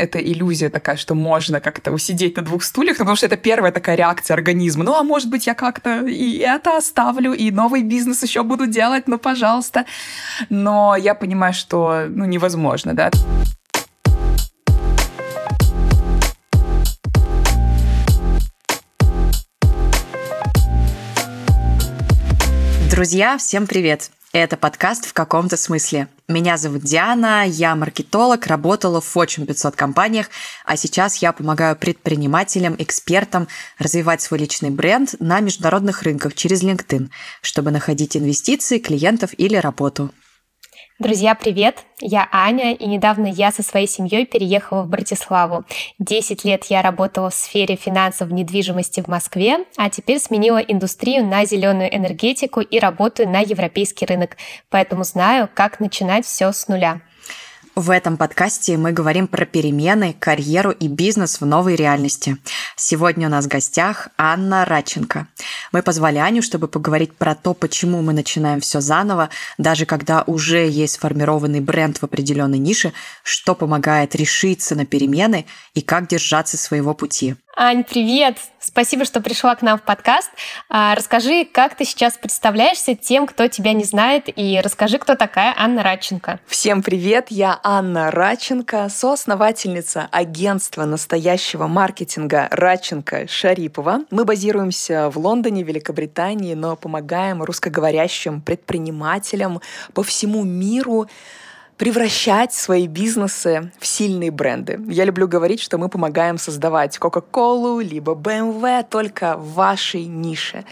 это иллюзия такая, что можно как-то усидеть на двух стульях, потому что это первая такая реакция организма. Ну, а может быть, я как-то и это оставлю, и новый бизнес еще буду делать, ну, пожалуйста. Но я понимаю, что, ну, невозможно, да. Друзья, всем привет! Это подкаст «В каком-то смысле». Меня зовут Диана, я маркетолог, работала в Fortune 500 компаниях, а сейчас я помогаю предпринимателям, экспертам развивать свой личный бренд на международных рынках через LinkedIn, чтобы находить инвестиции, клиентов или работу. Друзья, привет! Я Аня, и недавно я со своей семьей переехала в Братиславу. 10 лет я работала в сфере финансов недвижимости в Москве, а теперь сменила индустрию на зеленую энергетику и работаю на европейский рынок, поэтому знаю, как начинать все с нуля. В этом подкасте мы говорим про перемены, карьеру и бизнес в новой реальности. Сегодня у нас в гостях Анна Радченко. Мы позвали Аню, чтобы поговорить про то, почему мы начинаем все заново, даже когда уже есть сформированный бренд в определенной нише, что помогает решиться на перемены и как держаться своего пути. Ань, привет! Спасибо, что пришла к нам в подкаст. Расскажи, как ты сейчас представляешься тем, кто тебя не знает, и расскажи, кто такая Анна Радченко. Всем привет! Я Анна Радченко, соосновательница агентства настоящего маркетинга Радченко Шарипова. Мы базируемся в Лондоне, Великобритании, но помогаем русскоговорящим предпринимателям по всему миру превращать свои бизнесы в сильные бренды. Я люблю говорить, что мы помогаем создавать Coca-Cola, либо BMW только в вашей нише.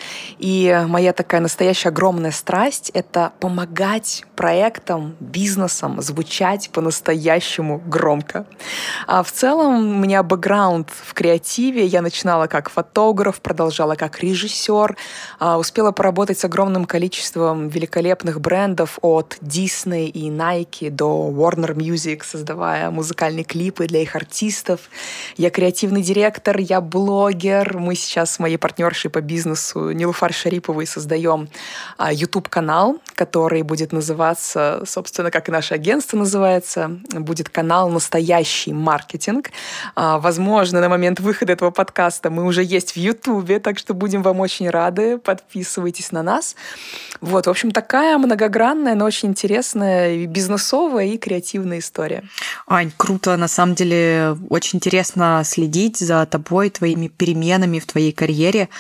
И моя такая настоящая огромная страсть — это помогать проектам, бизнесам звучать по-настоящему громко. А в целом у меня бэкграунд в креативе. Я начинала как фотограф, продолжала как режиссер, успела поработать с огромным количеством великолепных брендов от Disney и Nike до Warner Music, создавая музыкальные клипы для их артистов. Я креативный директор, я блогер. Мы сейчас с моей партнершей по бизнесу Нилуфар Шариповой создаем YouTube-канал, который будет называться, собственно, как и наше агентство называется, будет канал «Настоящий маркетинг». Возможно, на момент выхода этого подкаста мы уже есть в YouTube, так что будем вам очень рады. Подписывайтесь на нас. Вот, в общем, такая многогранная, но очень интересная и бизнесовая, и креативная история. Ань, круто. На самом деле очень интересно следить за тобой, твоими переменами в твоей карьере.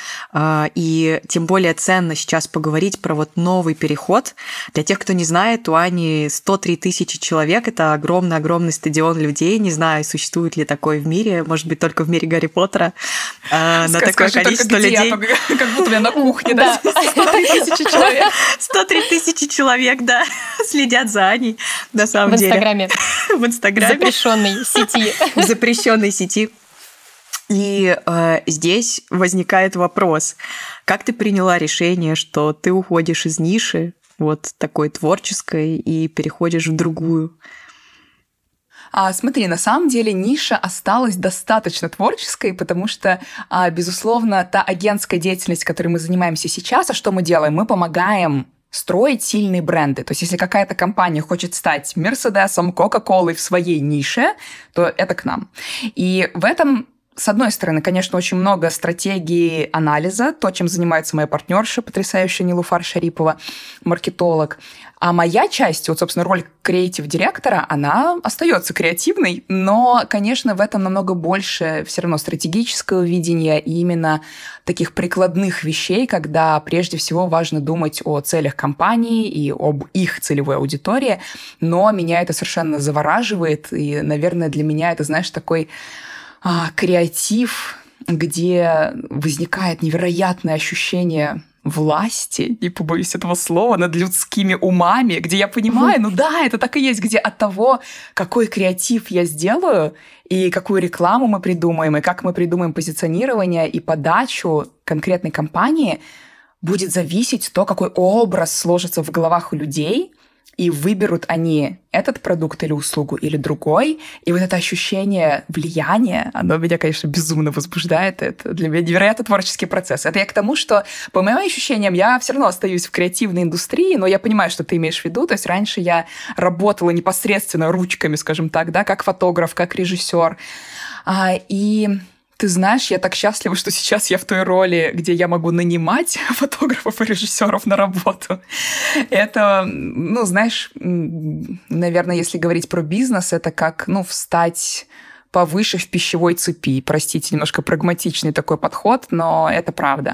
И тем более ценно сейчас поговорить про вот новый переход. Для тех, кто не знает, у Ани 103 тысячи человек. Это огромный-огромный стадион людей. Не знаю, существует ли такой в мире. Может быть, только в мире Гарри Поттера. На такое количество людей. Как будто я на кухне, да? 103 тысячи человек. 103 тысячи человек, да, следят за Аней. На самом деле. В Инстаграме. В запрещенной сети. И здесь возникает вопрос. Как ты приняла решение, что ты уходишь из ниши, вот такой творческой, и переходишь в другую? Смотри, на самом деле ниша осталась достаточно творческой, потому что, безусловно, та агентская деятельность, которой мы занимаемся сейчас, а что мы делаем? Мы помогаем строить сильные бренды. То есть если какая-то компания хочет стать Мерседесом, Кока-Колой в своей нише, то это к нам. И в этом, с одной стороны, конечно, очень много стратегии анализа, то, чем занимается моя партнерша, потрясающая Нилуфар Шарипова, маркетолог. А моя часть, вот, собственно, роль креатив-директора, она остается креативной, но, конечно, в этом намного больше все равно стратегического видения и именно таких прикладных вещей, когда прежде всего важно думать о целях компании и об их целевой аудитории, но меня это совершенно завораживает, и, наверное, для меня это, знаешь, такой креатив, где возникает невероятное ощущение власти, не побоюсь этого слова, над людскими умами, где я понимаю, ну да, это так и есть, где от того, какой креатив я сделаю, и какую рекламу мы придумаем, и как мы придумаем позиционирование и подачу конкретной компании, будет зависеть то, какой образ сложится в головах у людей, и выберут они этот продукт или услугу или другой. И вот это ощущение влияния, оно меня, конечно, безумно возбуждает. Это для меня невероятно творческий процесс. Это я к тому, что, по моим ощущениям, я все равно остаюсь в креативной индустрии, но я понимаю, что ты имеешь в виду. То есть раньше я работала непосредственно ручками, скажем так, да, как фотограф, как режиссер. И ты знаешь, я так счастлива, что сейчас я в той роли, где я могу нанимать фотографов и режиссеров на работу. Это, ну, знаешь, наверное, если говорить про бизнес, это как, ну, встать повыше в пищевой цепи. Простите, немножко прагматичный такой подход, но это правда.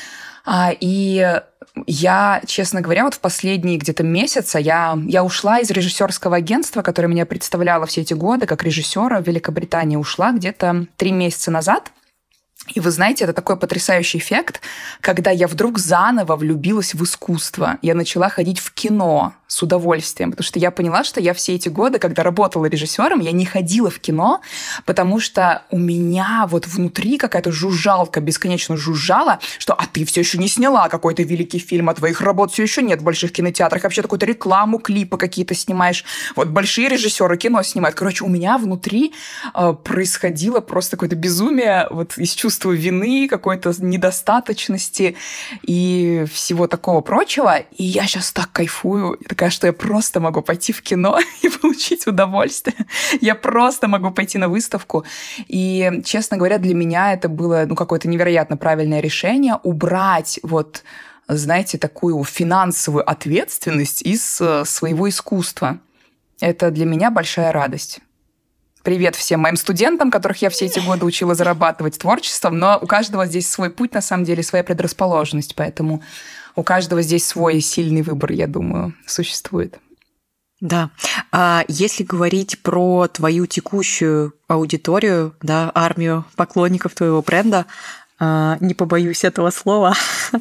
И я, честно говоря, вот в последние где-то месяца я ушла из режиссерского агентства, которое меня представляло все эти годы как режиссера в Великобритании. Ушла где-то 3 месяца назад. И вы знаете, это такой потрясающий эффект, когда я вдруг заново влюбилась в искусство. Я начала ходить в кино с удовольствием, потому что я поняла, что я все эти годы, когда работала режиссером, я не ходила в кино, потому что у меня вот внутри какая-то жужжалка бесконечно жужжала, что «а ты все еще не сняла какой-то великий фильм, а твоих работ все еще нет в больших кинотеатрах, вообще какую-то рекламу, клипы какие-то снимаешь, вот большие режиссеры кино снимают». Короче, у меня внутри происходило просто какое-то безумие вот из чувства вины, какой-то недостаточности и всего такого прочего. И я сейчас так кайфую. Я такая, что я просто могу пойти в кино и получить удовольствие. Я просто могу пойти на выставку. И, честно говоря, для меня это было, ну, какое-то невероятно правильное решение убрать вот, знаете, такую финансовую ответственность из своего искусства. Это для меня большая радость. Привет всем моим студентам, которых я все эти годы учила зарабатывать творчеством, но у каждого здесь свой путь, на самом деле, своя предрасположенность, поэтому у каждого здесь свой сильный выбор, я думаю, существует. Да. А если говорить про твою текущую аудиторию, да, армию поклонников твоего бренда, не побоюсь этого слова,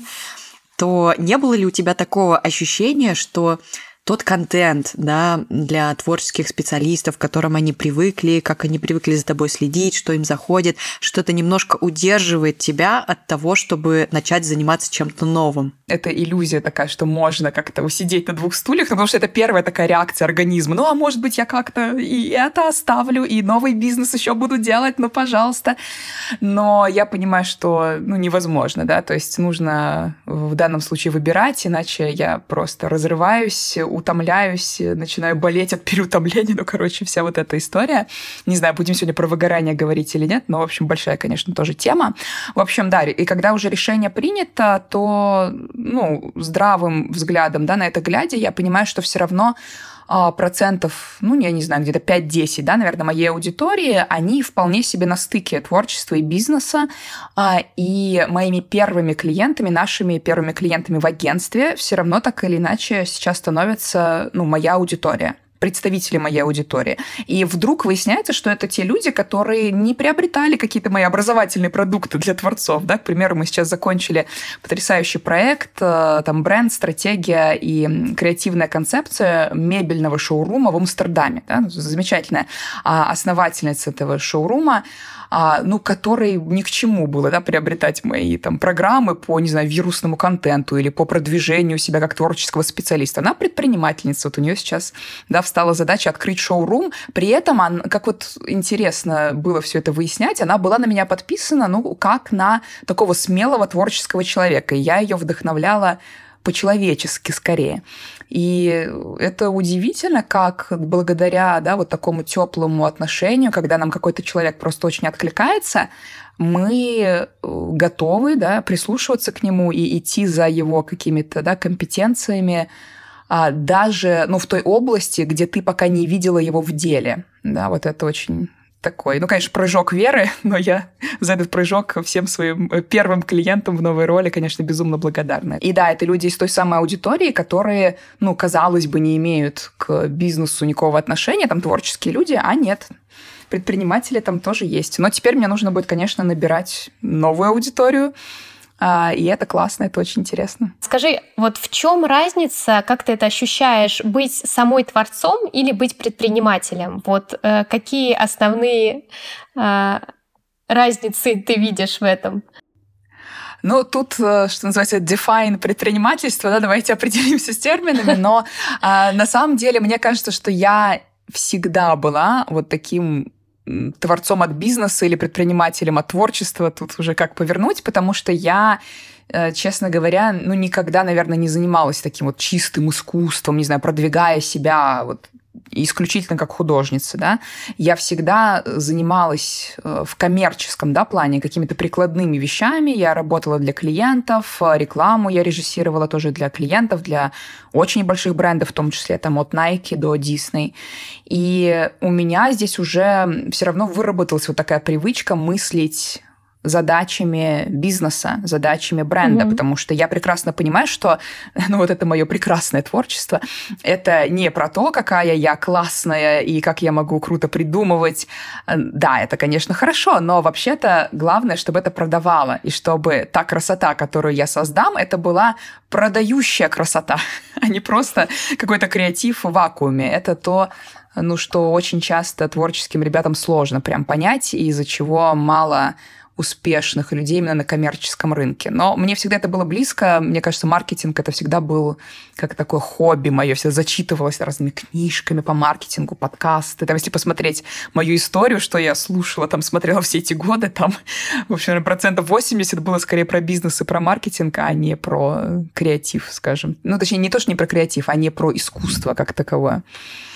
то не было ли у тебя такого ощущения, что тот контент, да, для творческих специалистов, к которым они привыкли, как они привыкли за тобой следить, что им заходит, что-то немножко удерживает тебя от того, чтобы начать заниматься чем-то новым? Это иллюзия такая, что можно как-то усидеть на 2 стульях, потому что это первая такая реакция организма. Ну, а может быть, я как-то и это оставлю, и новый бизнес еще буду делать, ну, пожалуйста. Но я понимаю, что, ну, невозможно, да, то есть нужно в данном случае выбирать, иначе я просто разрываюсь, утомляюсь, начинаю болеть от переутомления. Ну, короче, вся вот эта история. Не знаю, будем сегодня про выгорание говорить или нет, но, в общем, большая, конечно, тоже тема. В общем, да, и когда уже решение принято, то, ну, здравым взглядом, да, на это глядя, я понимаю, что все равно процентов, ну, я не знаю, где-то 5-10, да, наверное, моей аудитории, они вполне себе на стыке творчества и бизнеса. И моими первыми клиентами, нашими первыми клиентами в агентстве все равно так или иначе сейчас становится, ну, моя аудитория, представители моей аудитории. И вдруг выясняется, что это те люди, которые не приобретали какие-то мои образовательные продукты для творцов. Да? К примеру, мы сейчас закончили потрясающий проект, там бренд, стратегия и креативная концепция мебельного шоурума в Амстердаме. Да? Замечательная основательница этого шоурума, ну, которой ни к чему было, да, приобретать мои там программы по, не знаю, вирусному контенту или по продвижению себя как творческого специалиста. Она предпринимательница, вот у нее сейчас, да, встала задача открыть шоурум. При этом, как вот интересно было все это выяснять, она была на меня подписана, ну, как на такого смелого творческого человека. И я ее вдохновляла по-человечески скорее. И это удивительно, как благодаря, да, вот такому теплому отношению, когда нам какой-то человек просто очень откликается, мы готовы, да, прислушиваться к нему и идти за его какими-то, да, компетенциями, даже, ну, в той области, где ты пока не видела его в деле. Да, вот это очень такой, ну, конечно, прыжок веры, но я за этот прыжок всем своим первым клиентам в новой роли, конечно, безумно благодарна. И да, это люди из той самой аудитории, которые, ну, казалось бы, не имеют к бизнесу никакого отношения, там творческие люди, а нет, предприниматели там тоже есть. Но теперь мне нужно будет, конечно, набирать новую аудиторию, и это классно, это очень интересно. Скажи, вот в чем разница, как ты это ощущаешь, быть самой творцом или быть предпринимателем? Вот какие основные разницы ты видишь в этом? Ну, тут, что называется, define предпринимательство, да, давайте определимся с терминами, но на самом деле мне кажется, что я всегда была вот таким творцом от бизнеса или предпринимателем от творчества, тут уже как повернуть, потому что я, честно говоря, никогда, наверное, не занималась таким вот чистым искусством, не знаю, продвигая себя вот исключительно как художница, да. Я всегда занималась в коммерческом, да, плане какими-то прикладными вещами. Я работала для клиентов, рекламу я режиссировала тоже для клиентов, для очень больших брендов, в том числе там от Nike до Disney. И у меня здесь уже все равно выработалась вот такая привычка мыслить задачами бизнеса, задачами бренда, потому что я прекрасно понимаю, что вот это мое прекрасное творчество, это не про то, какая я классная и как я могу круто придумывать. Да, это, конечно, хорошо, но вообще-то главное, чтобы это продавало, и чтобы та красота, которую я создам, это была продающая красота, а не просто какой-то креатив в вакууме. Это то, что очень часто творческим ребятам сложно прям понять, и из-за чего мало успешных людей именно на коммерческом рынке. Но мне всегда это было близко. Мне кажется, маркетинг это всегда был как такое хобби мое. Всегда зачитывалась разными книжками по маркетингу, подкасты. Там, если посмотреть мою историю, что я слушала, там смотрела все эти годы, там, в общем, 80% было скорее про бизнес и про маркетинг, а не про креатив, скажем. Точнее, не то, что не про креатив, а не про искусство как таковое.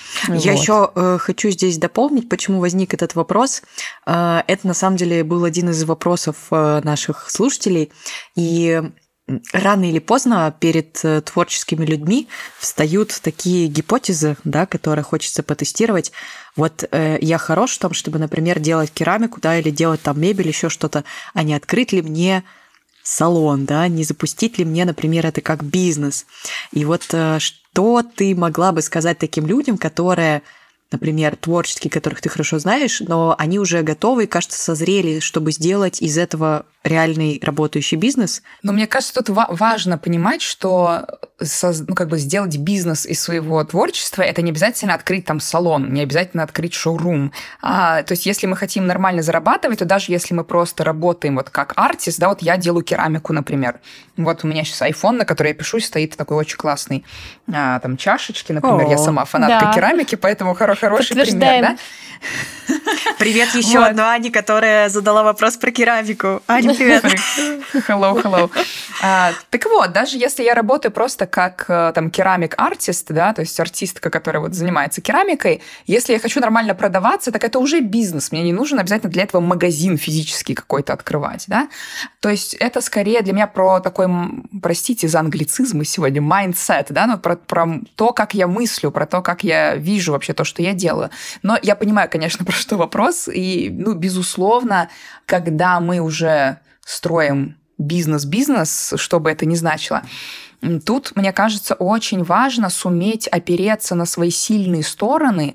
Я еще хочу здесь дополнить, почему возник этот вопрос. Это, на самом деле, был один из вопросов наших слушателей. И рано или поздно перед творческими людьми встают такие гипотезы, да, которые хочется потестировать. Вот я хорош в том, чтобы, например, делать керамику, да, или делать там мебель, еще что-то, а не открыть ли мне салон, да, не запустить ли мне, например, это как бизнес. И вот что ты могла бы сказать таким людям, которые, например, творческие, которых ты хорошо знаешь, но они уже готовы и, кажется, созрели, чтобы сделать из этого реальный работающий бизнес? Но мне кажется, тут важно понимать, что сделать бизнес из своего творчества, это не обязательно открыть там салон, не обязательно открыть шоурум. То есть если мы хотим нормально зарабатывать, то даже если мы просто работаем вот как артист, да, вот я делаю керамику, например. Вот у меня сейчас iPhone, на который я пишу, стоит такой очень классный там чашечки, например. Я сама фанатка керамики, поэтому хороший пример, да? Привет еще одной Ане, которая задала вопрос про керамику. Аня, привет. Hello. Так вот, даже если я работаю просто как там керамик-артист, да, то есть артистка, которая вот занимается керамикой, если я хочу нормально продаваться, так это уже бизнес. Мне не нужно обязательно для этого магазин физический какой-то открывать, да. То есть это скорее для меня про такой, простите за англицизмы сегодня, mindset, да, про то, как я мыслю, про то, как я вижу вообще то, что я делаю. Но я понимаю, конечно, про что вопрос, и, безусловно, когда мы уже строим бизнес, что бы это ни значило, тут, мне кажется, очень важно суметь опереться на свои сильные стороны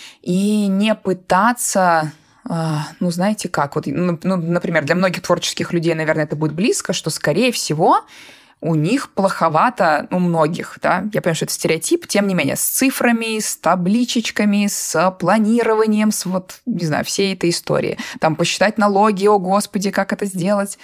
и не пытаться, знаете как, вот, например, для многих творческих людей, наверное, это будет близко, что, скорее всего, у них плоховато, у многих, да, я понимаю, что это стереотип, тем не менее, с цифрами, с табличечками, с планированием, с не знаю, всей этой истории. Там посчитать налоги, о господи, как это сделать,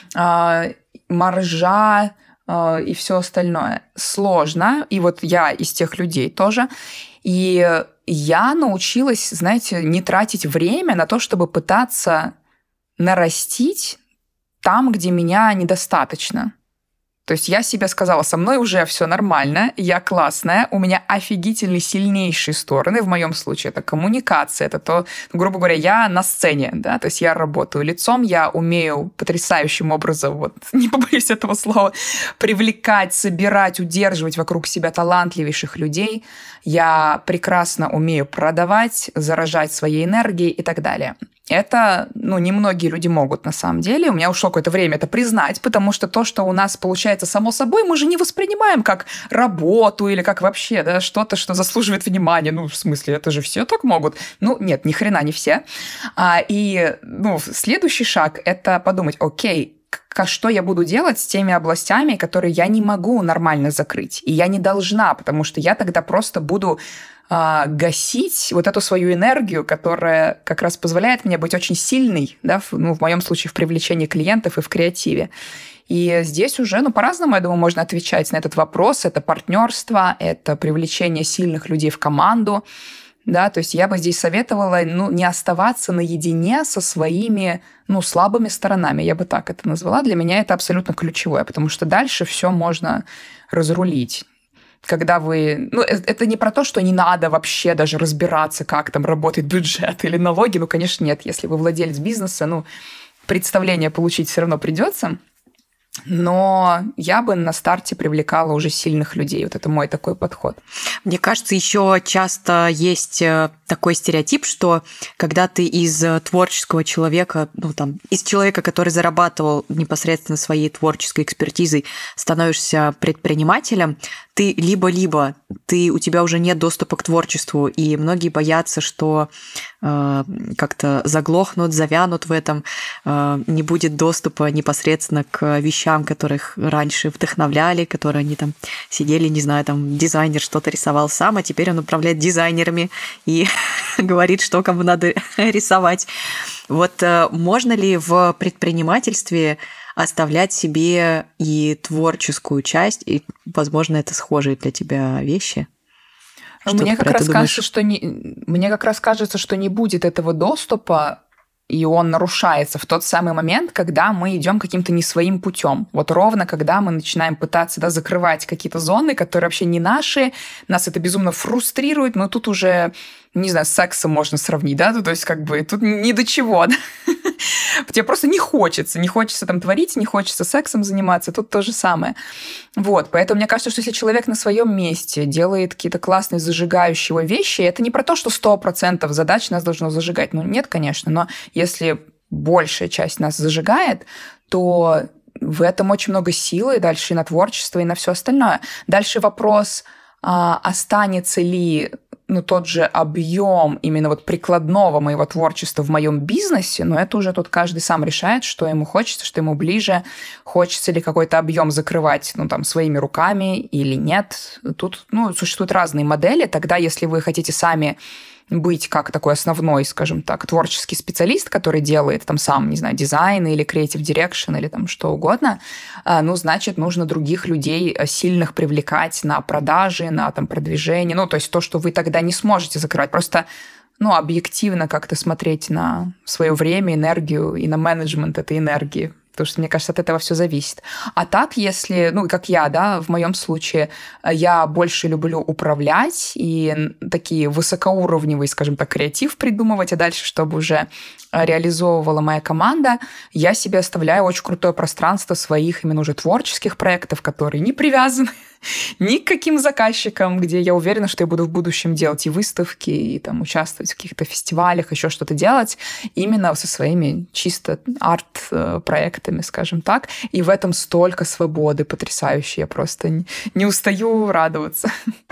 маржа и все остальное. Сложно, и вот я из тех людей тоже. И я научилась, знаете, не тратить время на то, чтобы пытаться нарастить там, где меня недостаточно. То есть я себе сказала, со мной уже все нормально, я классная, у меня офигительные, сильнейшие стороны. В моем случае это коммуникация, это то, грубо говоря, я на сцене, да, то есть я работаю лицом, я умею потрясающим образом, не побоюсь этого слова, привлекать, собирать, удерживать вокруг себя талантливейших людей. Я прекрасно умею продавать, заражать своей энергией и так далее. Это, немногие люди могут на самом деле. У меня ушло какое-то время это признать, потому что то, что у нас получается само собой, мы же не воспринимаем как работу или как вообще, да, что-то, что заслуживает внимания. В смысле, это же все так могут. Нет, ни хрена не все. И следующий шаг – это подумать, окей, что я буду делать с теми областями, которые я не могу нормально закрыть. И я не должна, потому что я тогда просто буду гасить вот эту свою энергию, которая как раз позволяет мне быть очень сильной, да, в моем случае в привлечении клиентов и в креативе. И здесь уже, по-разному, я думаю, можно отвечать на этот вопрос. Это партнерство, это привлечение сильных людей в команду. Да, то есть я бы здесь советовала не оставаться наедине со своими слабыми сторонами. Я бы так это назвала. Для меня это абсолютно ключевое, потому что дальше все можно разрулить. Когда вы... это не про то, что не надо вообще даже разбираться, как там работает бюджет или налоги. Конечно, нет. Если вы владелец бизнеса, представление получить все равно придется. Но я бы на старте привлекала уже сильных людей. Вот это мой такой подход. Мне кажется, еще часто есть такой стереотип, что когда ты из творческого человека, из человека, который зарабатывал непосредственно своей творческой экспертизой, становишься предпринимателем, ты либо у тебя уже нет доступа к творчеству, и многие боятся, что как-то заглохнут, завянут в этом, не будет доступа непосредственно к вещам, которых раньше вдохновляли, которые они там сидели, не знаю, там дизайнер что-то рисовал сам, а теперь он управляет дизайнерами и говорит, что кому надо рисовать. Вот можно ли в предпринимательстве оставлять себе и творческую часть, и, возможно, это схожие для тебя вещи? Мне как раз кажется, что не будет этого доступа, и он нарушается в тот самый момент, когда мы идем каким-то не своим путем. Вот ровно когда мы начинаем пытаться закрывать какие-то зоны, которые вообще не наши, нас это безумно фрустрирует, но тут уже, не знаю, с сексом можно сравнить, да, то есть тут ни до чего, да? Тебе просто не хочется там творить, не хочется сексом заниматься, тут то же самое. Вот, поэтому мне кажется, что если человек на своем месте делает какие-то классные зажигающие вещи, это не про то, что 100% задач нас должно зажигать. Нет, конечно, но если большая часть нас зажигает, то в этом очень много силы дальше и на творчество, и на все остальное. Дальше вопрос, останется ли тот же объем именно прикладного моего творчества в моем бизнесе, но это уже тут каждый сам решает, что ему хочется, что ему ближе, хочется ли какой-то объем закрывать, своими руками или нет. Тут, существуют разные модели. Тогда, если вы хотите сами быть как такой основной, скажем так, творческий специалист, который делает сам, не знаю, дизайн или creative direction или что угодно, значит, нужно других людей сильных привлекать на продажи, на продвижение, то есть то, что вы тогда не сможете закрывать. Просто объективно как-то смотреть на свое время, энергию и на менеджмент этой энергии. Потому что, мне кажется, от этого все зависит. А так, если, как я, да, в моем случае, я больше люблю управлять и такие высокоуровневые, скажем так, креатив придумывать, а дальше, чтобы уже реализовывала моя команда, я себе оставляю очень крутое пространство своих именно уже творческих проектов, которые не привязаны ни к каким заказчикам, где я уверена, что я буду в будущем делать и выставки, и участвовать в каких-то фестивалях, еще что-то делать, именно со своими чисто арт-проектами, скажем так. И в этом столько свободы потрясающей. Я просто не устаю радоваться.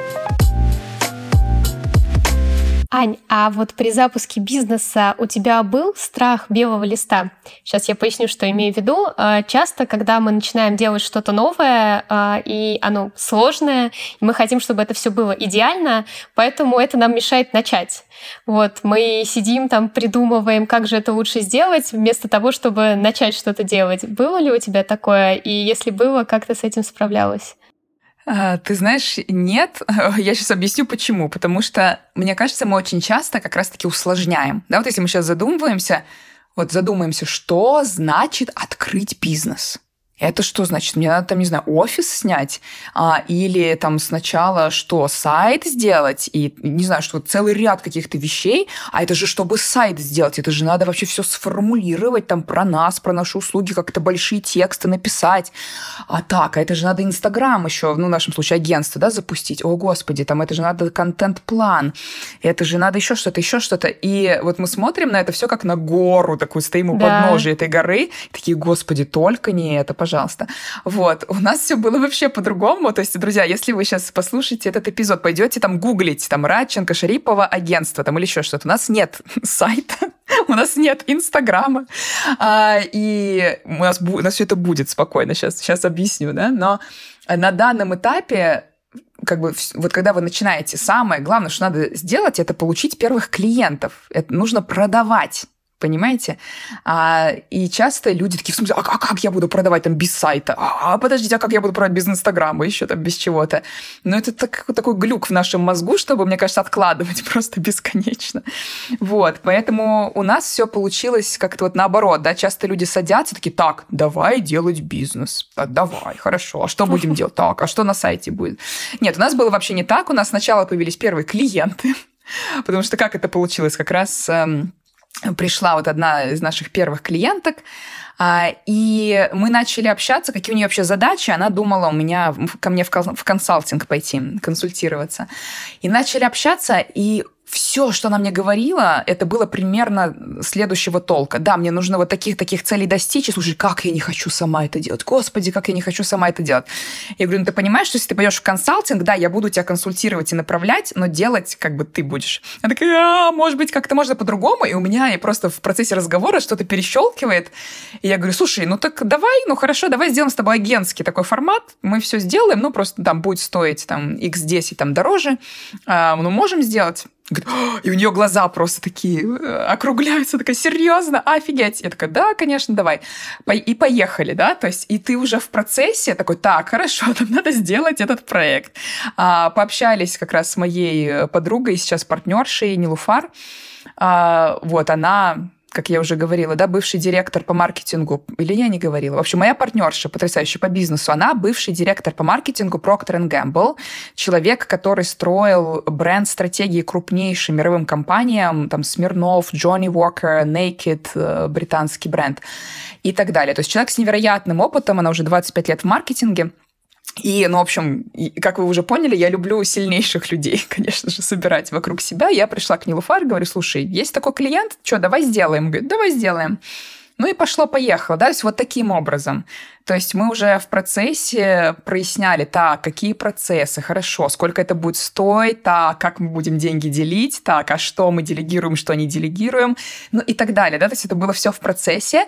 Ань, а вот при запуске бизнеса у тебя был страх белого листа? Сейчас я поясню, что имею в виду. Часто, когда мы начинаем делать что-то новое, и оно сложное, мы хотим, чтобы это все было идеально, поэтому это нам мешает начать. Мы сидим придумываем, как же это лучше сделать, вместо того, чтобы начать что-то делать. Было ли у тебя такое? И если было, как ты с этим справлялась? Ты знаешь, нет. Я сейчас объясню, почему. Потому что, мне кажется, мы очень часто как раз-таки усложняем. Да, если мы сейчас задумываемся, что значит открыть бизнес? Это что значит? Мне надо не знаю, офис снять? Или сначала что, сайт сделать? И, не знаю, что целый ряд каких-то вещей. А это же, чтобы сайт сделать, это же надо вообще все сформулировать про нас, про наши услуги, как-то большие тексты написать. А это же надо Инстаграм еще, в нашем случае агентство, да, запустить. О, Господи, это же надо контент-план. Это же надо еще что-то, еще что-то. И мы смотрим на это все как на гору, такую стоим у подножия этой горы. И такие, Господи, только не это, пожалуйста. У нас все было вообще по-другому. То есть, друзья, если вы сейчас послушаете этот эпизод, пойдете гуглить, Радченко, Шарипова, агентство, или еще что-то. У нас нет сайта, у нас нет Инстаграма. И у нас все это будет спокойно. Сейчас объясню, да. Но на данном этапе вот когда вы начинаете, самое главное, что надо сделать, это получить первых клиентов. Это нужно продавать. Понимаете? И часто люди такие, в смысле, а как я буду продавать там без сайта? Подождите, а как я буду продавать без Инстаграма? Еще там без чего-то. Но это такой глюк в нашем мозгу, чтобы, мне кажется, откладывать просто бесконечно. Вот. Поэтому у нас все получилось как-то вот наоборот. Да? Часто люди садятся такие, так, давай делать бизнес. Давай, хорошо. А что будем делать? Так, а что на сайте будет? Нет, у нас было вообще не так. У нас сначала появились первые клиенты. Потому что как это получилось? Как раз... пришла вот одна из наших первых клиенток, и мы начали общаться, какие у нее вообще задачи. Она думала ко мне в консалтинг пойти, консультироваться. И начали общаться, и все, что она мне говорила, это было примерно следующего толка. Да, мне нужно вот таких целей достичь. И слушай, как я не хочу сама это делать. Господи, как я не хочу сама это делать. Я говорю, ну ты понимаешь, что если ты пойдешь в консалтинг, да, я буду тебя консультировать и направлять, но делать как бы ты будешь. Она такая, может быть, как-то можно по-другому. И у меня просто в процессе разговора что-то перещелкивает. И я говорю, слушай, ну так давай, ну хорошо, давай сделаем с тобой агентский такой формат. Мы все сделаем, ну просто там будет стоить там x10 там дороже. Ну можем сделать. И у нее глаза просто такие округляются, такая, серьезно, офигеть. Я такая, да, конечно, давай. И поехали, да, то есть и ты уже в процессе такой, так, хорошо, нам надо сделать этот проект. Пообщались как раз с моей подругой, сейчас партнершей Нилуфар. Вот, она... как я уже говорила, да, бывший директор по маркетингу, или я не говорила. В общем, моя партнерша, потрясающая по бизнесу, она бывший директор по маркетингу Procter & Gamble, человек, который строил бренд-стратегии крупнейшим мировым компаниям, там, Smirnoff, Johnny Walker, Naked, британский бренд и так далее. То есть человек с невероятным опытом, она уже 25 лет в маркетинге. И, ну, в общем, как вы уже поняли, я люблю сильнейших людей, конечно же, собирать вокруг себя. Я пришла к Нилуфар, говорю, слушай, есть такой клиент, что, давай сделаем? Говорит, давай сделаем. Ну и пошло-поехало, да, то есть вот таким образом. То есть мы уже в процессе проясняли, так, какие процессы, хорошо, сколько это будет стоить, так, как мы будем деньги делить, так, а что мы делегируем, что не делегируем, ну и так далее, да, то есть это было все в процессе.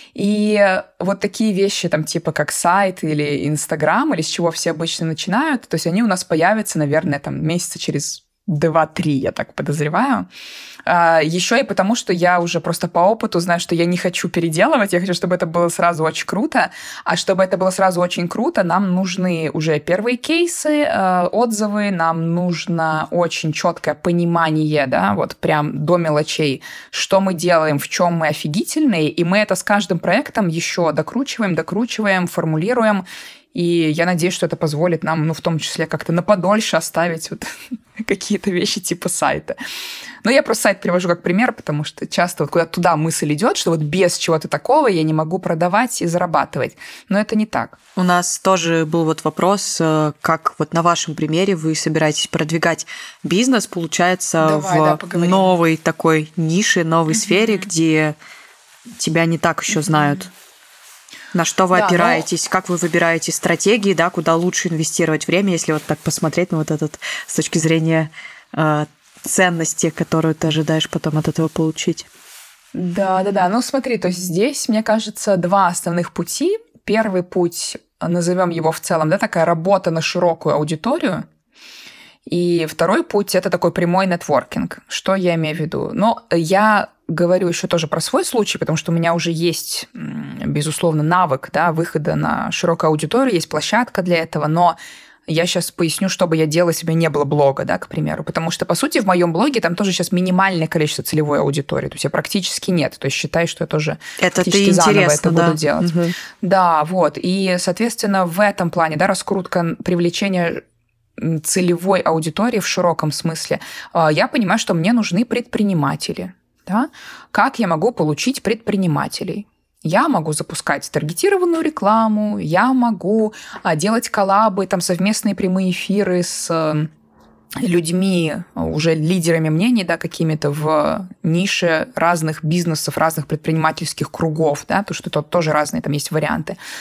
И вот такие вещи, там, типа как сайт или Инстаграм, или с чего все обычно начинают, то есть они у нас появятся, наверное, там, месяца через 2-3, я так подозреваю. Еще и потому, что я уже просто по опыту знаю, что я не хочу переделывать, я хочу, чтобы это было сразу очень круто. А чтобы это было сразу очень круто, нам нужны уже первые кейсы, отзывы, нам нужно очень четкое понимание, да, вот прям до мелочей, что мы делаем, в чем мы офигительные, и мы это с каждым проектом еще докручиваем, формулируем. И я надеюсь, что это позволит нам, ну, в том числе, как-то на подольше оставить вот какие-то вещи типа сайта. Но я просто сайт привожу как пример, потому что часто вот куда-то туда мысль идет, что вот без чего-то такого я не могу продавать и зарабатывать. Но это не так. У нас тоже был вот вопрос, как вот на вашем примере вы собираетесь продвигать бизнес, получается, в новой такой нише, новой сфере, где тебя не так еще знают. На что вы опираетесь, как вы выбираете стратегии, да, куда лучше инвестировать время, если вот так посмотреть на вот этот с точки зрения ценности, которую ты ожидаешь потом от этого получить? Да. Ну, смотри, то есть здесь, мне кажется, два основных пути. Первый путь, назовем его в целом, да, такая работа на широкую аудиторию. И второй путь – это такой прямой нетворкинг. Что я имею в виду? Но я говорю еще тоже про свой случай, потому что у меня уже есть, безусловно, навык, да, выхода на широкую аудиторию, есть площадка для этого, но я сейчас поясню, что бы я делала, если бы не было блога, да, к примеру. Потому что, по сути, в моем блоге там тоже сейчас минимальное количество целевой аудитории. То есть я практически нет. То есть считай, что я тоже практически заново это буду делать. Угу. Да, вот. И, соответственно, в этом плане, да, раскрутка, привлечение целевой аудитории в широком смысле, я понимаю, что мне нужны предприниматели. Да? Как я могу получить предпринимателей? Я могу запускать таргетированную рекламу, я могу делать коллабы, там, совместные прямые эфиры с людьми, уже лидерами мнений, да, какими-то в нише разных бизнесов, разных предпринимательских кругов, да, потому что тут тоже разные там есть варианты.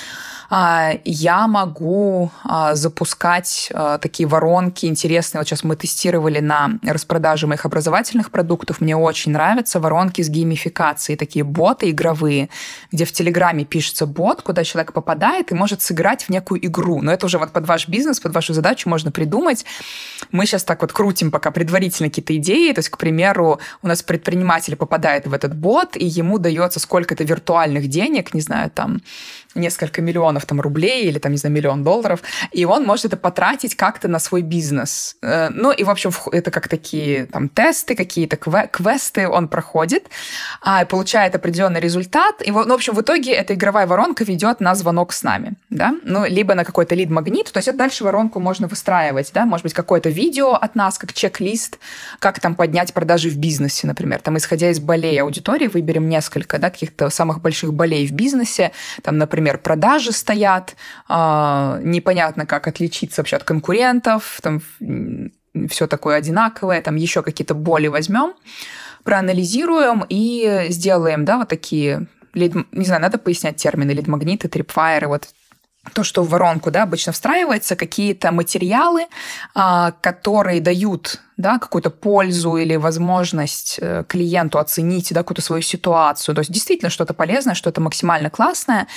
Я могу запускать такие воронки интересные. Вот сейчас мы тестировали на распродаже моих образовательных продуктов. Мне очень нравятся воронки с геймификацией, такие боты игровые, где в Телеграме пишется бот, куда человек попадает и может сыграть в некую игру. Но это уже вот под ваш бизнес, под вашу задачу можно придумать. Мы сейчас так вот крутим пока предварительно какие-то идеи. То есть, к примеру, у нас предприниматель попадает в этот бот, и ему дается сколько-то виртуальных денег, не знаю, там, несколько миллионов там, рублей или, там, не знаю, $1 миллион, и он может это потратить как-то на свой бизнес. Ну, и, в общем, это как такие там тесты, какие-то квесты он проходит, и получает определенный результат. И, ну, в общем, в итоге эта игровая воронка ведет на звонок с нами, да, ну, либо на какой-то лид-магнит, то есть это дальше воронку можно выстраивать, да, может быть, какое-то видео от нас, как чек-лист, как там поднять продажи в бизнесе, например, там, исходя из болей аудитории, выберем несколько, да, каких-то самых больших болей в бизнесе, там, например, продажи стоят, непонятно, как отличиться вообще от конкурентов, там все такое одинаковое, там еще какие-то боли возьмем, проанализируем и сделаем, да, вот такие, не знаю, надо пояснять термины, лид-магниты, трипфайеры, вот то, что в воронку, да, обычно встраивается, какие-то материалы, которые дают, да, какую-то пользу или возможность клиенту оценить, да, какую-то свою ситуацию. То есть действительно что-то полезное, что-то максимально классное,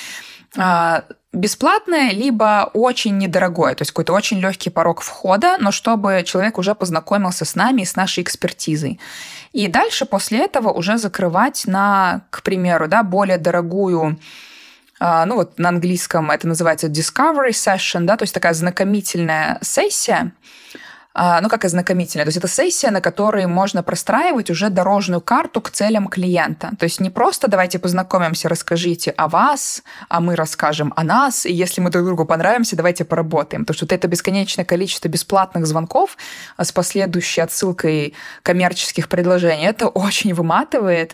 бесплатное, либо очень недорогое, то есть какой-то очень легкий порог входа, но чтобы человек уже познакомился с нами и с нашей экспертизой. И дальше после этого уже закрывать на, к примеру, да, более дорогую, ну вот на английском это называется discovery session, да, то есть такая знакомительная сессия. Ну, как ознакомительная. То есть это сессия, на которой можно простраивать уже дорожную карту к целям клиента. То есть не просто давайте познакомимся, расскажите о вас, а мы расскажем о нас, и если мы друг другу понравимся, давайте поработаем. Потому что вот это бесконечное количество бесплатных звонков с последующей отсылкой коммерческих предложений, это очень выматывает.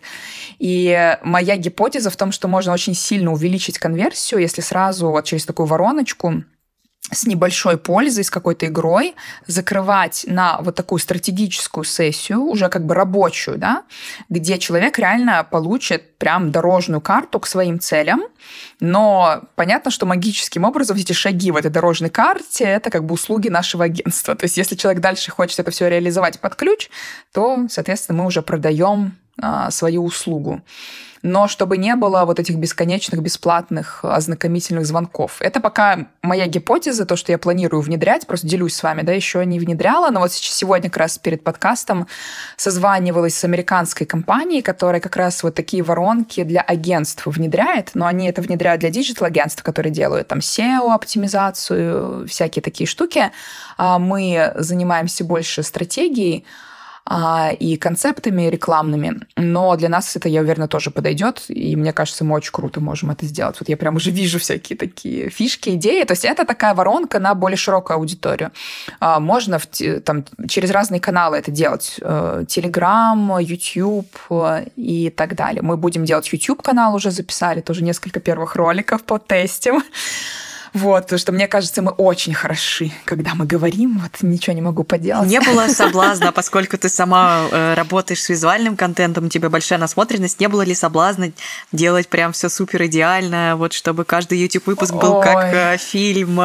И моя гипотеза в том, что можно очень сильно увеличить конверсию, если сразу вот через такую вороночку с небольшой пользой, с какой-то игрой, закрывать на вот такую стратегическую сессию, уже как бы рабочую, да, где человек реально получит прям дорожную карту к своим целям, но понятно, что магическим образом эти шаги в этой дорожной карте — это как бы услуги нашего агентства. То есть если человек дальше хочет это все реализовать под ключ, то, соответственно, мы уже продаем свою услугу. Но чтобы не было вот этих бесконечных бесплатных ознакомительных звонков. Это пока моя гипотеза, то, что я планирую внедрять, просто делюсь с вами, да, еще не внедряла, но вот сегодня как раз перед подкастом созванивалась с американской компанией, которая как раз вот такие воронки для агентств внедряет, но они это внедряют для диджитал-агентств, которые делают там SEO-оптимизацию, всякие такие штуки. Мы занимаемся больше стратегией и концептами рекламными, но для нас это, я уверена, тоже подойдет, и мне кажется, мы очень круто можем это сделать. Вот я прям уже вижу всякие такие фишки, идеи, то есть это такая воронка на более широкую аудиторию. Можно там, через разные каналы это делать, Telegram, YouTube и так далее. Мы будем делать YouTube-канал, уже записали, тоже несколько первых роликов по тестам. Вот, потому что, мне кажется, мы очень хороши, когда мы говорим, вот ничего не могу поделать. Не было соблазна, поскольку ты сама работаешь с визуальным контентом, у тебя большая насмотренность, не было ли соблазна делать прям все супер идеально, вот чтобы каждый YouTube-выпуск был как фильм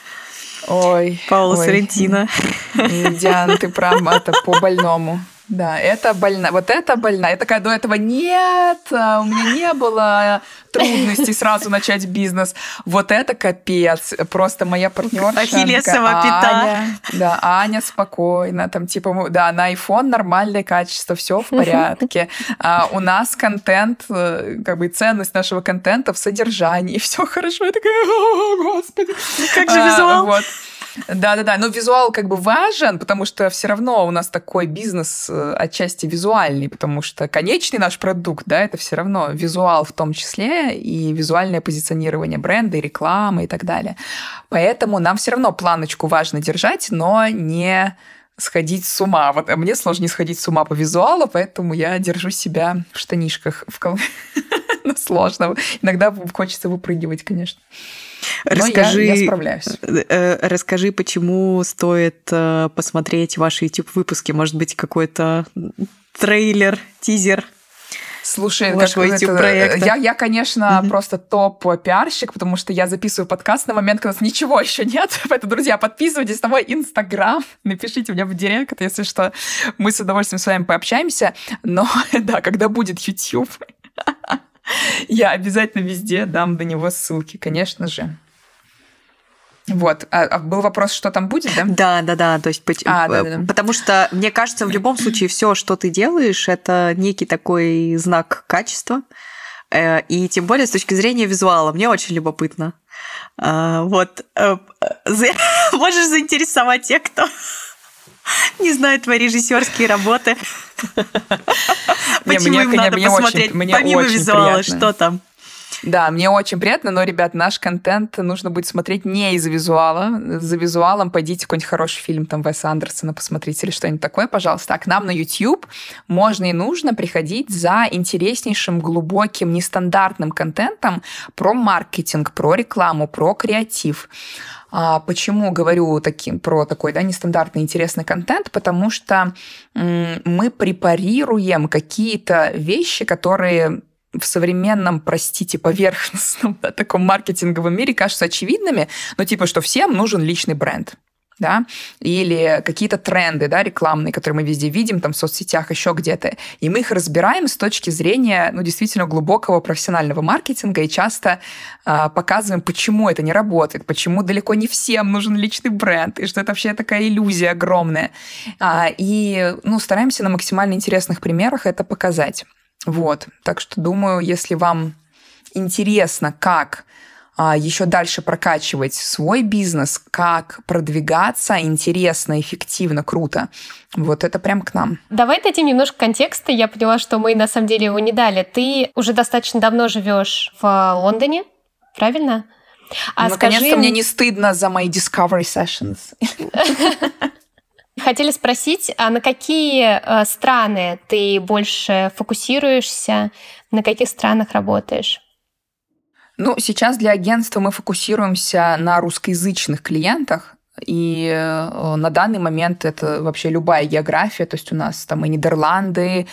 Паула Соррентино? Диана, ты прям это по-больному. Да, это больно. Вот это больно. Я такая до этого: нет, у меня не было трудностей сразу начать бизнес. Вот это капец. Просто моя партнерша. Ахиллесова пята. Да, Аня спокойно. Там типа, да, на iPhone нормальное качество, все в порядке. У нас контент, как бы ценность нашего контента в содержании. Все хорошо. Я такая: о, Господи. Как же визуал? Вот. Да-да-да, но визуал как бы важен, потому что все равно у нас такой бизнес отчасти визуальный, потому что конечный наш продукт, да, это все равно визуал в том числе и визуальное позиционирование бренда, и рекламы и так далее. Поэтому нам все равно планочку важно держать, но не сходить с ума. Вот мне сложно не сходить с ума по визуалу, поэтому я держу себя в штанишках. Ну, сложно. Иногда хочется выпрыгивать, конечно. Расскажи, я справляюсь. Расскажи, почему стоит посмотреть ваши YouTube-выпуски? Может быть, какой-то трейлер, тизер? Слушай, вашего YouTube-проекта. Я, конечно, просто топ-пиарщик, потому что я записываю подкаст на момент, когда у нас ничего еще нет. Поэтому, друзья, подписывайтесь на мой Инстаграм, напишите мне в директ, если что, мы с удовольствием с вами пообщаемся. Но, да, когда будет YouTube, я обязательно везде дам до него ссылки, конечно же. Вот. А был вопрос, что там будет, да? Да. То есть, потому что, мне кажется, в любом случае все, что ты делаешь, это некий такой знак качества. И тем более с точки зрения визуала. Мне очень любопытно. Вот. Можешь заинтересовать тех, кто не знает твои режиссерские работы. Почему им надо посмотреть помимо визуала, что там? Да, мне очень приятно, но, ребят, наш контент нужно будет смотреть не из-за визуала. За визуалом пойдите какой-нибудь хороший фильм там Уэса Андерсона посмотрите или что-нибудь такое, пожалуйста. А к нам на YouTube можно и нужно приходить за интереснейшим, глубоким, нестандартным контентом про маркетинг, про рекламу, про креатив. Почему говорю про такой нестандартный интересный контент? Потому что мы препарируем какие-то вещи, которые в современном, простите, поверхностном таком маркетинговом мире кажутся очевидными, но что всем нужен личный бренд. Да? Или какие-то тренды, да, рекламные, которые мы везде видим, там, в соцсетях, еще где-то. И мы их разбираем с точки зрения, действительно глубокого профессионального маркетинга и часто показываем, почему это не работает, почему далеко не всем нужен личный бренд, и что это вообще такая иллюзия огромная. И стараемся на максимально интересных примерах это показать. Вот. Так что, думаю, если вам интересно, как еще дальше прокачивать свой бизнес, как продвигаться интересно, эффективно, круто. Вот это прям к нам. Давай дадим немножко контекста. Я поняла, что мы на самом деле его не дали. Ты уже достаточно давно живешь в Лондоне, правильно? Наконец-то мне не стыдно за мои Discovery Sessions. Хотели спросить, а на какие страны ты больше фокусируешься, на каких странах работаешь? Сейчас для агентства мы фокусируемся на русскоязычных клиентах, и на данный момент это вообще любая география, то есть у нас там и Нидерланды,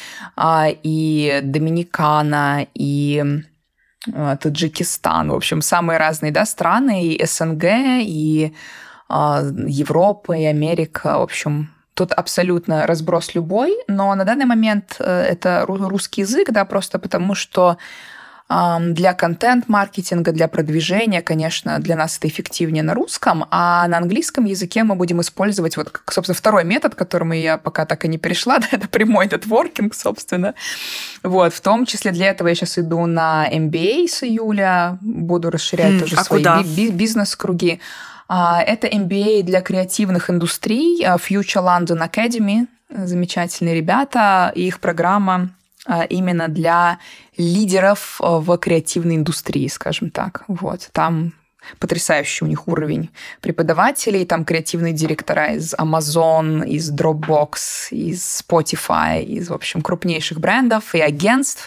и Доминикана, и Таджикистан, в общем, самые разные страны, и СНГ, и Европа, и Америка, в общем, тут абсолютно разброс любой, но на данный момент это русский язык, просто потому что для контент-маркетинга, для продвижения, конечно, для нас это эффективнее на русском, а на английском языке мы будем использовать, собственно, второй метод, к которому я пока так и не перешла, это прямой нетворкинг, собственно. Вот, в том числе для этого я сейчас иду на MBA с июля, буду расширять тоже свои бизнес-круги. Это MBA для креативных индустрий, Future London Academy, замечательные ребята, и их программа именно для лидеров в креативной индустрии, скажем так. Вот, там потрясающий у них уровень преподавателей, там креативные директора из Amazon, из Dropbox, из Spotify, из, в общем, крупнейших брендов и агентств.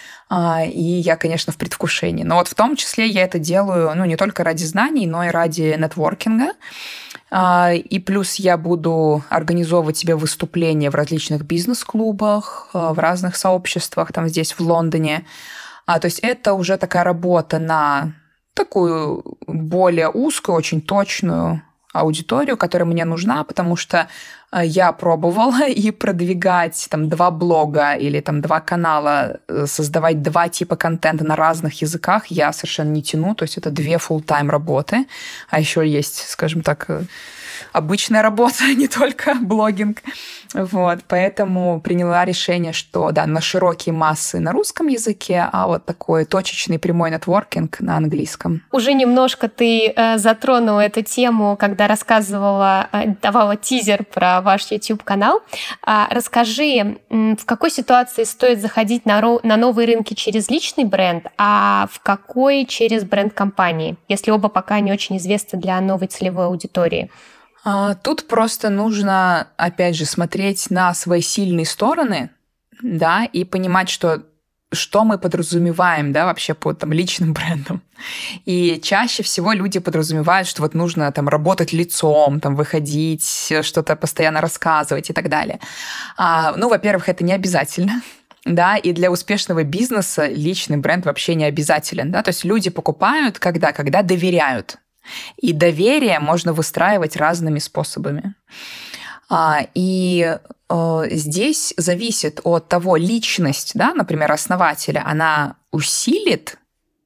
И я, конечно, в предвкушении. Но вот в том числе я это делаю, не только ради знаний, но и ради нетворкинга. И плюс я буду организовывать себе выступления в различных бизнес-клубах, в разных сообществах, там здесь, в Лондоне. То есть это уже такая работа на такую более узкую, очень точную аудиторию, которая мне нужна, потому что я пробовала и продвигать 2 блога или 2 канала, создавать 2 типа контента на разных языках я совершенно не тяну, то есть это 2 full-time работы, а еще есть, скажем так, обычная работа, не только блогинг. Вот, поэтому приняла решение, что на широкие массы на русском языке, а вот такой точечный прямой нетворкинг на английском. Уже немножко ты затронула эту тему, когда рассказывала, давала тизер про ваш YouTube-канал. Расскажи, в какой ситуации стоит заходить на новые рынки через личный бренд, а в какой через бренд компании, если оба пока не очень известны для новой целевой аудитории? Тут просто нужно, опять же, смотреть на свои сильные стороны, и понимать, что мы подразумеваем, вообще под личным брендом. И чаще всего люди подразумевают, что нужно работать лицом, выходить, что-то постоянно рассказывать и так далее. Во-первых, это не обязательно. да, и для успешного бизнеса личный бренд вообще не обязателен, да, то есть люди покупают когда доверяют. И доверие можно выстраивать разными способами. И здесь зависит от того, личность, да, например, основателя, она усилит,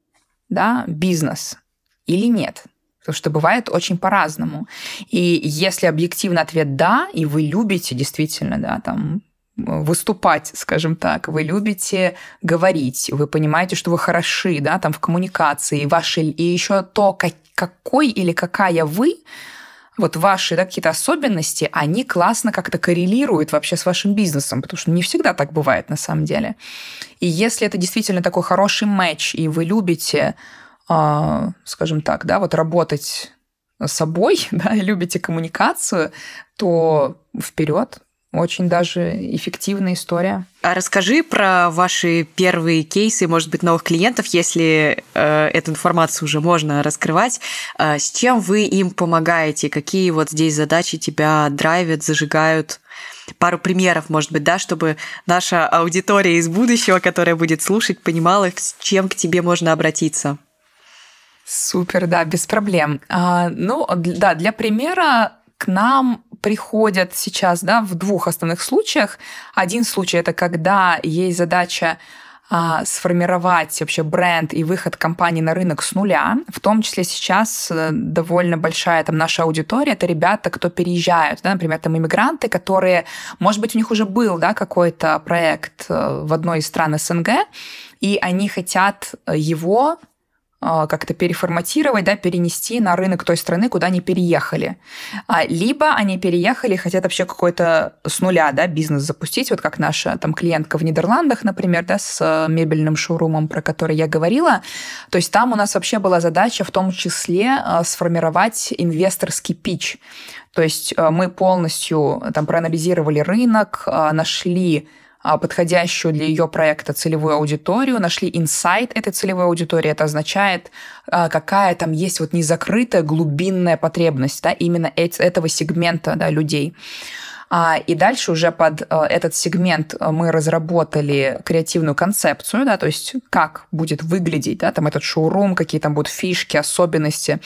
да, бизнес или нет. Потому что бывает очень по-разному. И если объективный ответ «да», и вы любите действительно, да, там, выступать, скажем так, вы любите говорить, вы понимаете, что вы хороши, да, там, в коммуникации, и еще то, какой или какая вы, вот ваши, да, какие-то особенности, они классно как-то коррелируют вообще с вашим бизнесом, потому что не всегда так бывает на самом деле. И если это действительно такой хороший матч, и вы любите, скажем так, да, вот работать с собой, да, и любите коммуникацию, то вперед. Очень даже эффективная история. А расскажи про ваши первые кейсы, может быть, новых клиентов, если эту информацию уже можно раскрывать. С чем вы им помогаете? Какие вот здесь задачи тебя драйвят, зажигают? Пару примеров, может быть, да, чтобы наша аудитория из будущего, которая будет слушать, понимала, с чем к тебе можно обратиться. Супер, да, без проблем. Для примера к нам приходят сейчас, да, в двух основных случаях. Один случай – это когда есть задача сформировать вообще бренд и выход компании на рынок с нуля. В том числе сейчас довольно большая там наша аудитория – это ребята, кто переезжают, да, например, там иммигранты, которые, может быть, у них уже был, да, какой-то проект в одной из стран СНГ, и они хотят его как-то переформатировать, да, перенести на рынок той страны, куда они переехали. Либо они переехали и хотят вообще какой-то с нуля, да, бизнес запустить, вот как наша там клиентка в Нидерландах, например, да, с мебельным шоурумом, про который я говорила. То есть там у нас вообще была задача в том числе сформировать инвесторский питч. То есть мы полностью там проанализировали рынок, нашли подходящую для ее проекта целевую аудиторию, нашли инсайт этой целевой аудитории. Это означает, какая там есть вот незакрытая глубинная потребность, да, именно этого сегмента, да, людей. И дальше уже под этот сегмент мы разработали креативную концепцию, да, то есть как будет выглядеть, да, там этот шоурум, какие там будут фишки, особенности.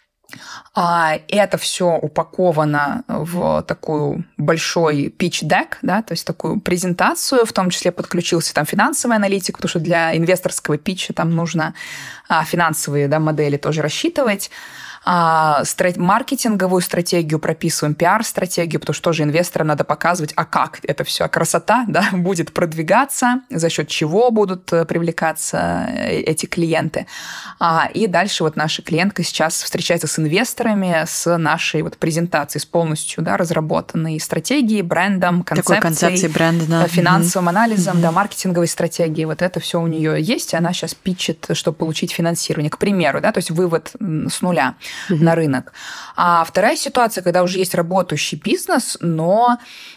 Это все упаковано в такую большой pitch-deck, да, то есть такую презентацию, в том числе подключился там финансовый аналитик, потому что для инвесторского питча там нужно финансовые, да, модели тоже рассчитывать. Маркетинговую стратегию прописываем, пиар-стратегию, потому что тоже инвесторам надо показывать, как это все, красота, да, будет продвигаться, за счет чего будут привлекаться эти клиенты. И дальше вот наша клиентка сейчас встречается с инвесторами, с нашей вот презентацией, с полностью, да, разработанной стратегией, брендом, концепцией, бренда, да. Финансовым анализом, да, маркетинговой стратегией. Вот это все у нее есть, и она сейчас питчит, чтобы получить финансирование, к примеру, да, то есть вывод с нуля на рынок. А вторая ситуация, когда уже есть работающий бизнес, но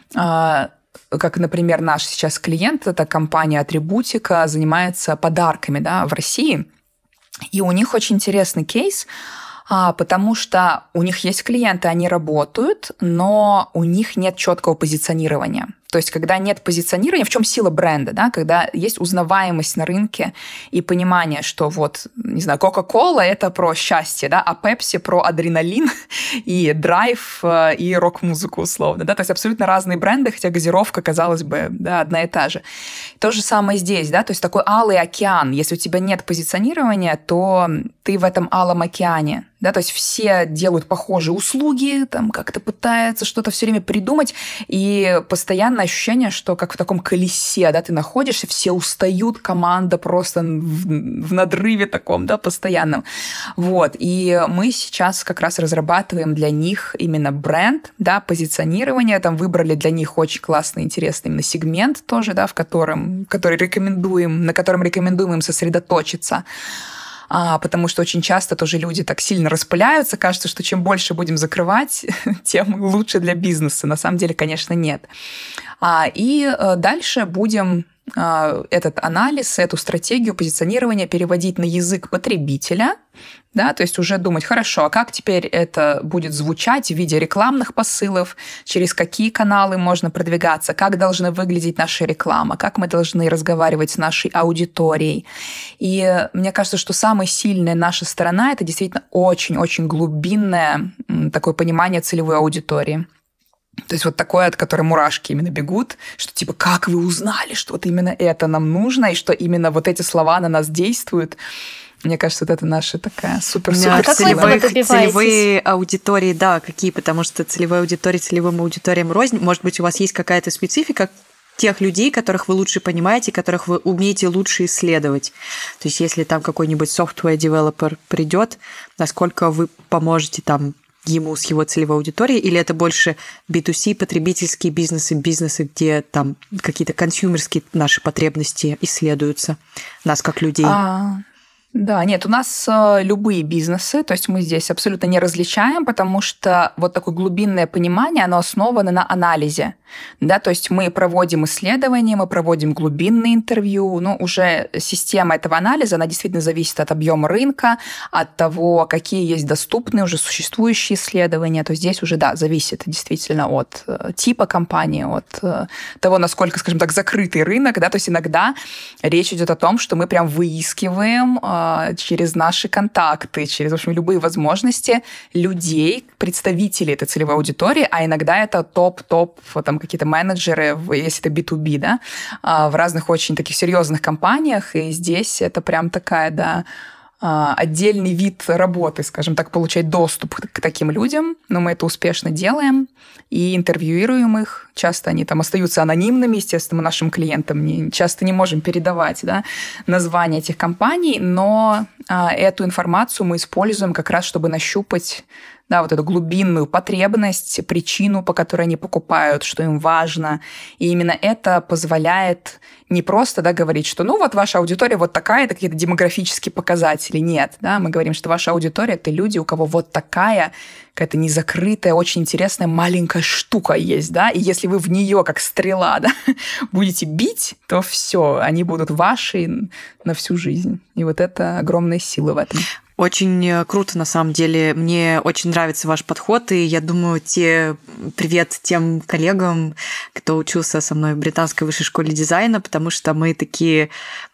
как, например, наш сейчас клиент, это компания Атрибутика, занимается подарками, да, в России. И у них очень интересный кейс, потому что у них есть клиенты, они работают, но у них нет четкого позиционирования. То есть, когда нет позиционирования, в чем сила бренда, да? Когда есть узнаваемость на рынке и понимание, что вот, не знаю, Coca-Cola – это про счастье, да? А Pepsi – про адреналин и драйв, и рок-музыку условно. Да? То есть, абсолютно разные бренды, хотя газировка, казалось бы, да, одна и та же. То же самое здесь, да? То есть, такой алый океан. Если у тебя нет позиционирования, то ты в этом алом океане. Да? То есть, все делают похожие услуги, там как-то пытаются что-то все время придумать, и постоянно ощущение, что как в таком колесе, да, ты находишься, все устают, команда просто в надрыве таком, да, постоянном. Вот. И мы сейчас как раз разрабатываем для них именно бренд, да, позиционирование, там выбрали для них очень классный, интересный именно сегмент тоже, да, на котором рекомендуем им сосредоточиться. Потому что очень часто тоже люди так сильно распыляются, кажется, что чем больше будем закрывать, тем лучше для бизнеса. На самом деле, конечно, нет. И дальше будем этот анализ, эту стратегию позиционирования переводить на язык потребителя, да, то есть уже думать, хорошо, а как теперь это будет звучать в виде рекламных посылов, через какие каналы можно продвигаться, как должна выглядеть наша реклама, как мы должны разговаривать с нашей аудиторией. И мне кажется, что самая сильная наша сторона – это действительно очень-очень глубинное такое понимание целевой аудитории. То есть вот такое, от которой мурашки именно бегут, что типа, как вы узнали, что вот именно это нам нужно, и что именно вот эти слова на нас действуют. Мне кажется, вот это наша такая супер-супер целевые аудитории, да, какие, потому что целевые аудитории целевым аудиториям рознь. Может быть, у вас есть какая-то специфика тех людей, которых вы лучше понимаете, которых вы умеете лучше исследовать. То есть если там какой-нибудь software-девелопер придет, насколько вы поможете там ему с его целевой аудиторией, или это больше B2C, потребительские бизнесы, где там какие-то консюмерские наши потребности исследуются, нас как людей? Да, нет, у нас любые бизнесы, то есть мы здесь абсолютно не различаем, потому что вот такое глубинное понимание, оно основано на анализе, да, то есть мы проводим исследования, мы проводим глубинные интервью, но уже система этого анализа, она действительно зависит от объема рынка, от того, какие есть доступные уже существующие исследования, то здесь уже, да, зависит действительно от типа компании, от того, насколько, скажем так, закрытый рынок, да, то есть иногда речь идет о том, что мы прям выискиваем через наши контакты, через, в общем, любые возможности людей, представителей этой целевой аудитории, а иногда это топ-топ, там, какие-то менеджеры, если это B2B, да, в разных очень таких серьезных компаниях, и здесь это прям такая, да, отдельный вид работы, скажем так, получать доступ к таким людям, но мы это успешно делаем и интервьюируем их. Часто они там остаются анонимными, естественно, мы нашим клиентам часто не можем передавать, да, названия этих компаний, но эту информацию мы используем как раз, чтобы нащупать, да, вот эту глубинную потребность, причину, по которой они покупают, что им важно. И именно это позволяет не просто, да, говорить, что ну вот ваша аудитория вот такая, это какие-то демографические показатели. Нет, да, мы говорим, что ваша аудитория – это люди, у кого вот такая какая-то незакрытая, очень интересная маленькая штука есть, да, и если вы в нее как стрела, да, будете бить, то все, они будут ваши на всю жизнь. И вот это огромная сила в этом. Очень круто, на самом деле. Мне очень нравится ваш подход, и я думаю, привет тем коллегам, кто учился со мной в Британской высшей школе дизайна, потому что мы такие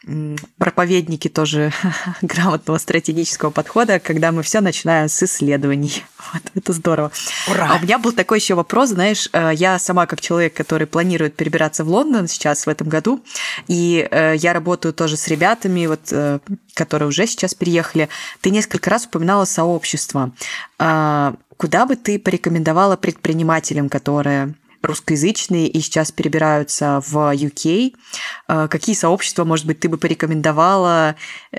проповедники тоже грамотного стратегического подхода, когда мы все начинаем с исследований. Вот, это здорово. Ура! А у меня был такой еще вопрос, знаешь, я сама как человек, который планирует перебираться в Лондон сейчас, в этом году, и я работаю тоже с ребятами, вот, которые уже сейчас переехали. Ты несколько раз упоминала сообщество. Куда бы ты порекомендовала предпринимателям, которые русскоязычные и сейчас перебираются в UK? Какие сообщества, может быть, ты бы порекомендовала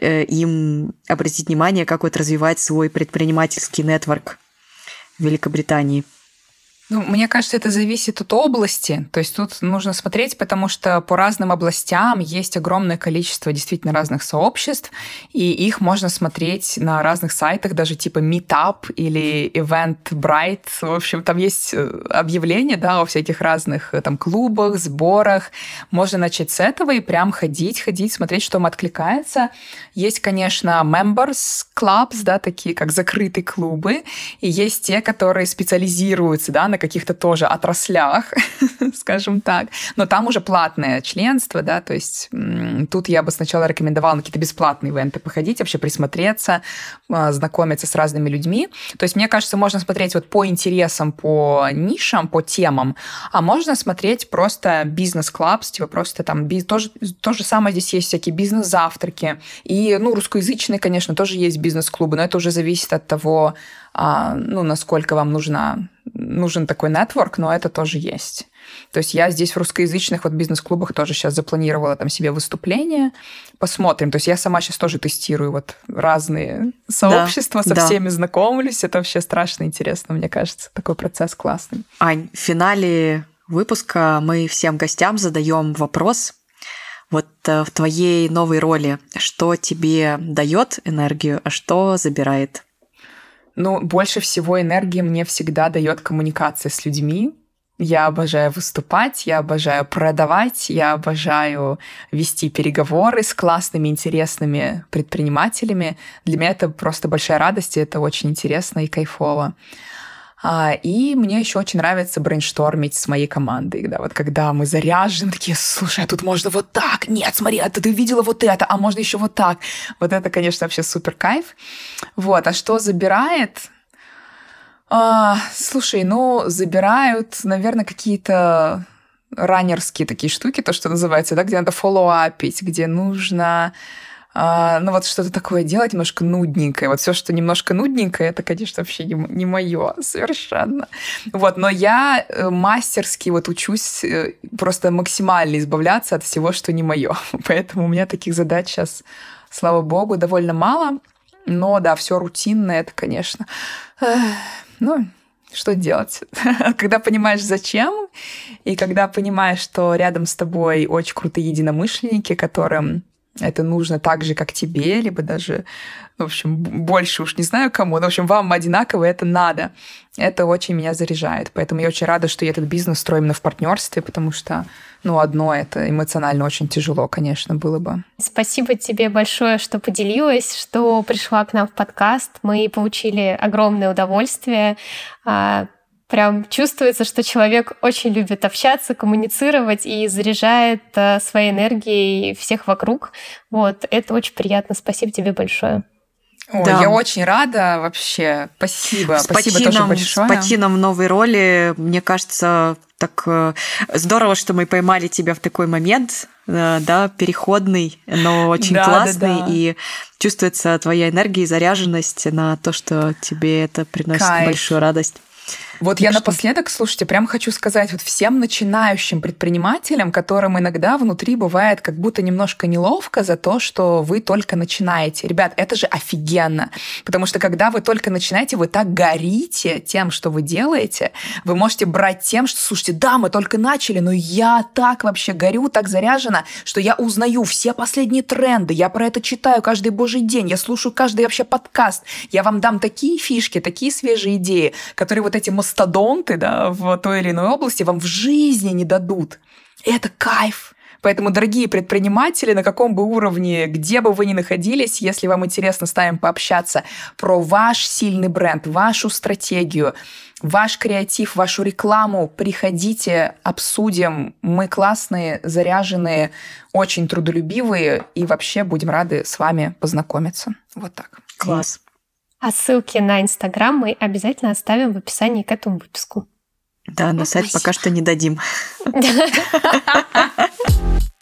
им обратить внимание, как вот развивать свой предпринимательский нетворк в Великобритании? Ну, мне кажется, это зависит от области. То есть тут нужно смотреть, потому что по разным областям есть огромное количество действительно разных сообществ, и их можно смотреть на разных сайтах, даже типа Meetup или Eventbrite. В общем, там есть объявления, да, о всяких разных там клубах, сборах. Можно начать с этого и прям ходить, смотреть, что им откликается. Есть, конечно, members clubs, да, такие как закрытые клубы, и есть те, которые специализируются, да, на каких-то тоже отраслях, скажем так. Но там уже платное членство, да, то есть тут я бы сначала рекомендовала на какие-то бесплатные ивенты походить, вообще присмотреться, знакомиться с разными людьми. То есть, мне кажется, можно смотреть вот по интересам, по нишам, по темам, а можно смотреть просто бизнес-клабс, типа просто там то же самое здесь есть всякие бизнес-завтраки. И, ну, русскоязычные, конечно, тоже есть бизнес-клубы, но это уже зависит от того, ну, насколько вам нужен такой нетворк, но это тоже есть. То есть я здесь в русскоязычных вот бизнес-клубах тоже сейчас запланировала там себе выступление. Посмотрим. То есть я сама сейчас тоже тестирую вот разные сообщества, со всеми знакомлюсь. Это вообще страшно интересно, мне кажется. Такой процесс классный. Ань, в финале выпуска мы всем гостям задаем вопрос. Вот в твоей новой роли, что тебе дает энергию, а что забирает? Ну, больше всего энергии мне всегда дает коммуникация с людьми. Я обожаю выступать, я обожаю продавать, я обожаю вести переговоры с классными, интересными предпринимателями. Для меня это просто большая радость, и это очень интересно и кайфово. И мне еще очень нравится брейнштормить с моей командой, да, вот когда мы заряжены, такие, слушай, а тут можно вот так, нет, смотри, а ты видела вот это, а можно еще вот так. Вот это, конечно, вообще супер кайф. Вот, а что забирает? Слушай, забирают, наверное, какие-то раннерские такие штуки, то, что называется, да, где надо фоллоуапить, где нужно что-то такое делать немножко нудненькое. Вот все, что немножко нудненькое, это, конечно, вообще не мое совершенно. Вот, но я мастерски учусь просто максимально избавляться от всего, что не мое. Поэтому у меня таких задач сейчас, слава богу, довольно мало. Но да, все рутинное, это, конечно... что делать? Когда понимаешь, зачем, и когда понимаешь, что рядом с тобой очень крутые единомышленники, которым это нужно так же, как тебе, либо даже, в общем, больше уж не знаю кому, но, в общем, вам одинаково это надо. Это очень меня заряжает. Поэтому я очень рада, что я этот бизнес строю именно в партнерстве, потому что, одно это эмоционально очень тяжело, конечно, было бы. Спасибо тебе большое, что поделилась, что пришла к нам в подкаст. Мы получили огромное удовольствие. Прям чувствуется, что человек очень любит общаться, коммуницировать и заряжает своей энергией всех вокруг. Вот, это очень приятно. Спасибо тебе большое. Да. Я очень рада вообще. Спасибо. Спасибо тоже большое. С Патином в новой роли. Мне кажется, так здорово, что мы поймали тебя в такой момент, да, переходный, но очень классный. Да. И чувствуется твоя энергия и заряженность на то, что тебе это приносит большую радость. Вот так я напоследок, слушайте, прям хочу сказать всем начинающим предпринимателям, которым иногда внутри бывает как будто немножко неловко за то, что вы только начинаете. Ребят, это же офигенно, потому что когда вы только начинаете, вы так горите тем, что вы делаете, вы можете брать тем, что, слушайте, да, мы только начали, но я так вообще горю, так заряжена, что я узнаю все последние тренды, я про это читаю каждый божий день, я слушаю каждый вообще подкаст, я вам дам такие фишки, такие свежие идеи, которые эти мастодонты, да, в той или иной области вам в жизни не дадут. Это кайф. Поэтому, дорогие предприниматели, на каком бы уровне, где бы вы ни находились, если вам интересно с нами пообщаться про ваш сильный бренд, вашу стратегию, ваш креатив, вашу рекламу, приходите, обсудим. Мы классные, заряженные, очень трудолюбивые и вообще будем рады с вами познакомиться. Вот так. Класс. А ссылки на Инстаграм мы обязательно оставим в описании к этому выпуску. Да, на сайт пока что не дадим.